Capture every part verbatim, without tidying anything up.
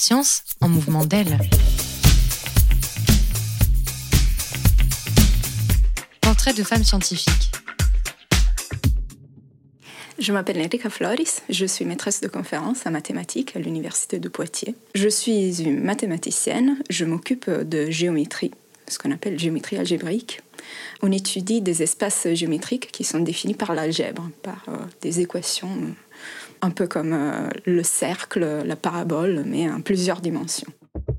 Science en mouvement d'aile. Portrait de femmes scientifiques. Je m'appelle Enrica Floris, je suis maîtresse de conférences en mathématiques à l'Université de Poitiers. Je suis une mathématicienne, je m'occupe de géométrie, ce qu'on appelle géométrie algébrique. On étudie des espaces géométriques qui sont définis par l'algèbre, par euh, des équations euh, un peu comme euh, le cercle, la parabole, mais en plusieurs dimensions.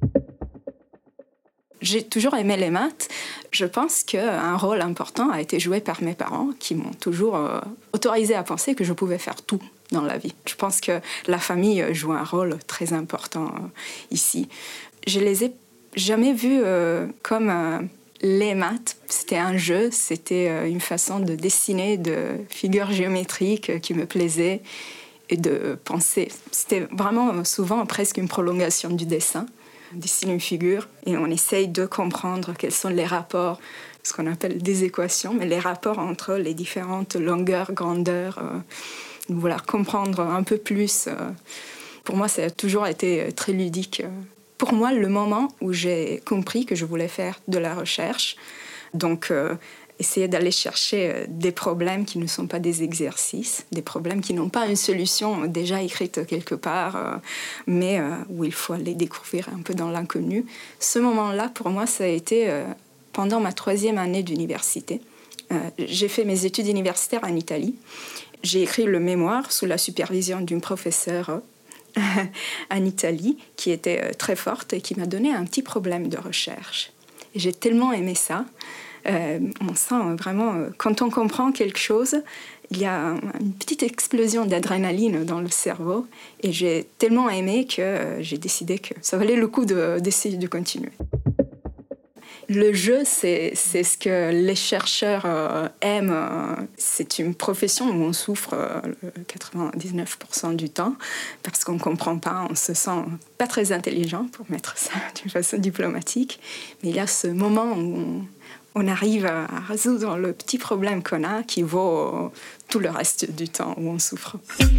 J'ai toujours aimé les maths. Je pense qu'un rôle important a été joué par mes parents qui m'ont toujours euh, autorisé à penser que je pouvais faire tout dans la vie. Je pense que la famille joue un rôle très important euh, ici. Je les ai jamais vus euh, comme euh, les maths. C'était un jeu, c'était euh, une façon de dessiner de figures géométriques euh, qui me plaisaient et de penser. C'était vraiment souvent presque une prolongation du dessin. On dessine une figure et on essaye de comprendre quels sont les rapports, ce qu'on appelle des équations, mais les rapports entre les différentes longueurs, grandeurs. Euh, voilà, comprendre un peu plus. Euh, pour moi, ça a toujours été très ludique. Pour moi, le moment où j'ai compris que je voulais faire de la recherche, donc euh, essayer d'aller chercher des problèmes qui ne sont pas des exercices, des problèmes qui n'ont pas une solution déjà écrite quelque part, euh, mais euh, où il faut aller découvrir un peu dans l'inconnu. Ce moment-là, pour moi, ça a été euh, pendant ma troisième année d'université. Euh, j'ai fait mes études universitaires en Italie. J'ai écrit le mémoire sous la supervision d'une professeure euh, en Italie qui était euh, très forte et qui m'a donné un petit problème de recherche. Et j'ai tellement aimé ça. Euh, on sent vraiment, euh, quand on comprend quelque chose, il y a une petite explosion d'adrénaline dans le cerveau. Et j'ai tellement aimé que euh, j'ai décidé que ça valait le coup de, d'essayer de continuer. Le jeu, c'est, c'est ce que les chercheurs euh, aiment. Euh, c'est une profession où on souffre euh, quatre-vingt-dix-neuf pour cent du temps parce qu'on ne comprend pas, on se sent pas très intelligent, pour mettre ça d'une façon diplomatique. Mais il y a ce moment où on, on arrive à résoudre le petit problème qu'on a qui vaut tout le reste du temps où on souffre.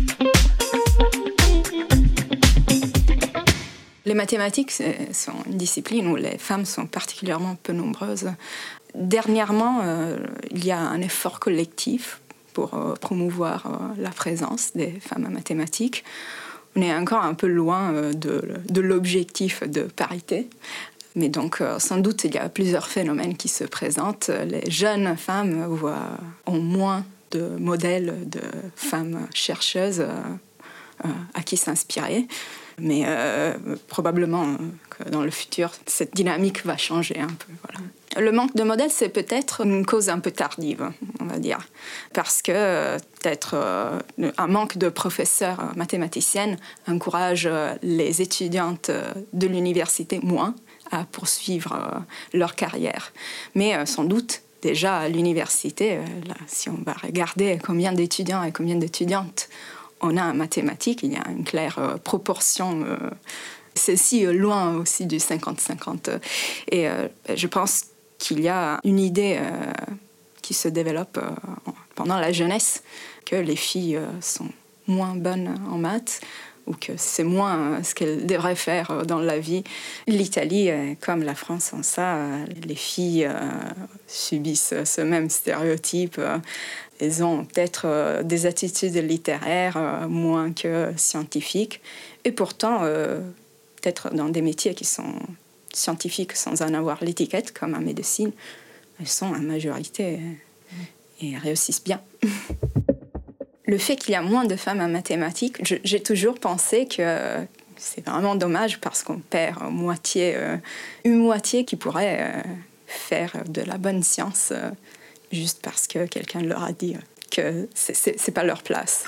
Les mathématiques sont une discipline où les femmes sont particulièrement peu nombreuses. Dernièrement, euh, il y a un effort collectif pour euh, promouvoir euh, la présence des femmes en mathématiques. On est encore un peu loin euh, de, de l'objectif de parité. Mais donc, euh, sans doute, il y a plusieurs phénomènes qui se présentent. Les jeunes femmes voient, ont moins de modèles de femmes chercheuses euh, euh, à qui s'inspirer. Mais euh, probablement que dans le futur, cette dynamique va changer un peu. Voilà. Le manque de modèles, c'est peut-être une cause un peu tardive, on va dire. Parce que euh, peut-être euh, un manque de professeurs mathématiciennes encourage euh, les étudiantes de l'université moins à poursuivre euh, leur carrière. Mais euh, sans doute, déjà à l'université, euh, là, si on va regarder combien d'étudiants et combien d'étudiantes on a en mathématiques, il y a une claire euh, proportion. Euh, c'est si euh, loin aussi du cinquante cinquante. Et euh, je pense qu'il y a une idée euh, qui se développe euh, pendant la jeunesse, que les filles euh, sont moins bonnes en maths, ou que c'est moins ce qu'elles devraient faire dans la vie. L'Italie, comme la France en ça, les filles subissent ce même stéréotype. Elles ont peut-être des attitudes littéraires moins que scientifiques. Et pourtant, peut-être dans des métiers qui sont scientifiques sans en avoir l'étiquette, comme en médecine, elles sont en majorité et réussissent bien. Le fait qu'il y a moins de femmes en mathématiques, je, j'ai toujours pensé que c'est vraiment dommage parce qu'on perd moitié, euh, une moitié qui pourrait euh, faire de la bonne science euh, juste parce que quelqu'un leur a dit que c'est, c'est, c'est pas leur place.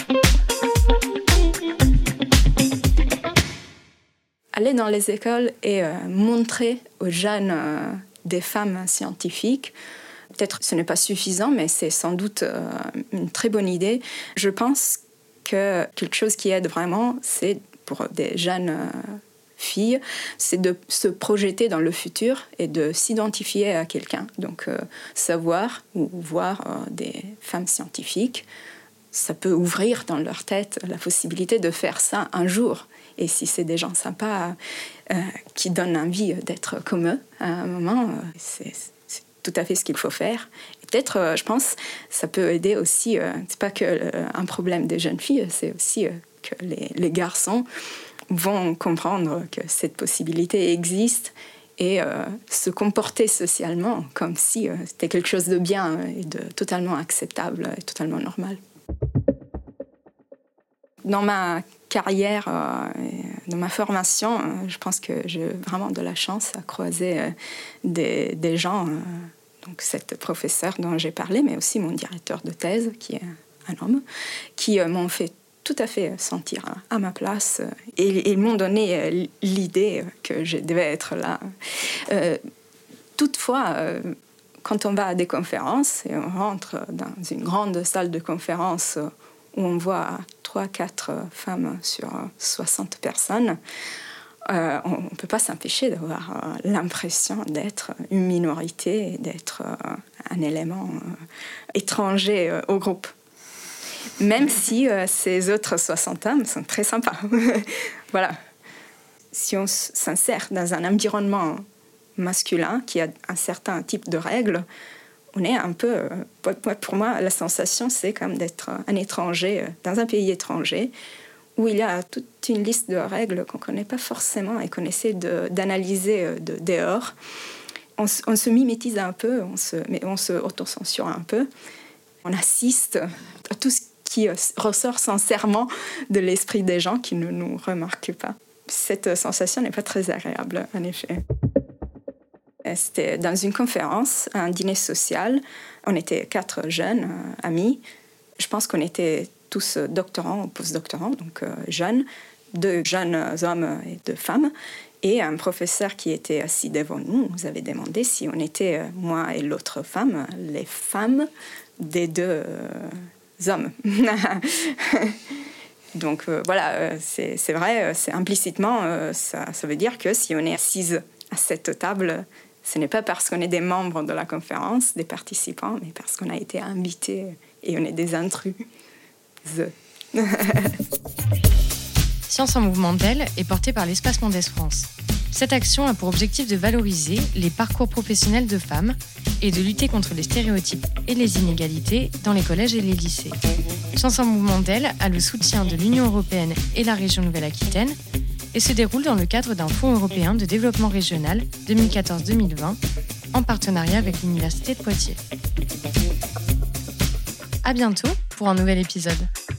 Aller dans les écoles et euh, montrer aux jeunes euh, des femmes scientifiques, peut-être que ce n'est pas suffisant, mais c'est sans doute euh, une très bonne idée. Je pense que quelque chose qui aide vraiment, c'est pour des jeunes euh, filles, c'est de se projeter dans le futur et de s'identifier à quelqu'un. Donc, euh, savoir ou voir euh, des femmes scientifiques, ça peut ouvrir dans leur tête la possibilité de faire ça un jour. Et si c'est des gens sympas euh, qui donnent envie d'être comme eux à un moment, euh, c'est, c'est tout à fait ce qu'il faut faire. Et peut-être, euh, je pense, ça peut aider aussi, euh, c'est pas que euh, un problème des jeunes filles, c'est aussi euh, que les, les garçons vont comprendre que cette possibilité existe et euh, se comporter socialement comme si euh, c'était quelque chose de bien et de totalement acceptable et totalement normal. Dans ma carrière, euh, dans ma formation, euh, je pense que j'ai vraiment de la chance à croiser euh, des, des gens, euh, donc cette professeure dont j'ai parlé, mais aussi mon directeur de thèse, qui est un homme, qui euh, m'ont fait tout à fait sentir à ma place et ils m'ont donné l'idée que je devais être là. Euh, toutefois, euh, quand on va à des conférences et on rentre dans une grande salle de conférence où on voit trois quatre femmes sur soixante personnes, euh, on ne peut pas s'empêcher d'avoir euh, l'impression d'être une minorité et d'être euh, un élément euh, étranger euh, au groupe. Même si euh, ces autres soixante hommes sont très sympas. Voilà. Si on s'insère dans un environnement masculin qui a un certain type de règles, on est un peu... Euh, pour moi, la sensation, c'est comme d'être un étranger euh, dans un pays étranger où il y a toute une liste de règles qu'on ne connaît pas forcément et qu'on essaie de, d'analyser euh, de dehors. On, on se mimétise un peu, on se, mais on se autocensure un peu. On assiste à tout ce qui ressort sincèrement de l'esprit des gens qui ne nous remarquent pas. Cette sensation n'est pas très agréable, en effet. C'était dans une conférence, un dîner social. On était quatre jeunes euh, amis. Je pense qu'on était tous doctorants ou post-doctorants, donc euh, jeunes, deux jeunes hommes et deux femmes. Et un professeur qui était assis devant nous nous avait demandé si on était, euh, moi et l'autre femme, les femmes des deux euh, hommes. Donc euh, voilà, euh, c'est, c'est vrai, c'est implicitement, euh, ça, ça veut dire que si on est assise à cette table, ce n'est pas parce qu'on est des membres de la conférence, des participants, mais parce qu'on a été invités et on est des intrus. Science en mouvement d'Elle est portée par l'Espace Mondes France. Cette action a pour objectif de valoriser les parcours professionnels de femmes et de lutter contre les stéréotypes et les inégalités dans les collèges et les lycées. Science en mouvement d'Elle a le soutien de l'Union européenne et la région Nouvelle-Aquitaine et se déroule dans le cadre d'un fonds européen de développement régional deux mille quatorze deux mille vingt en partenariat avec l'Université de Poitiers. À bientôt pour un nouvel épisode.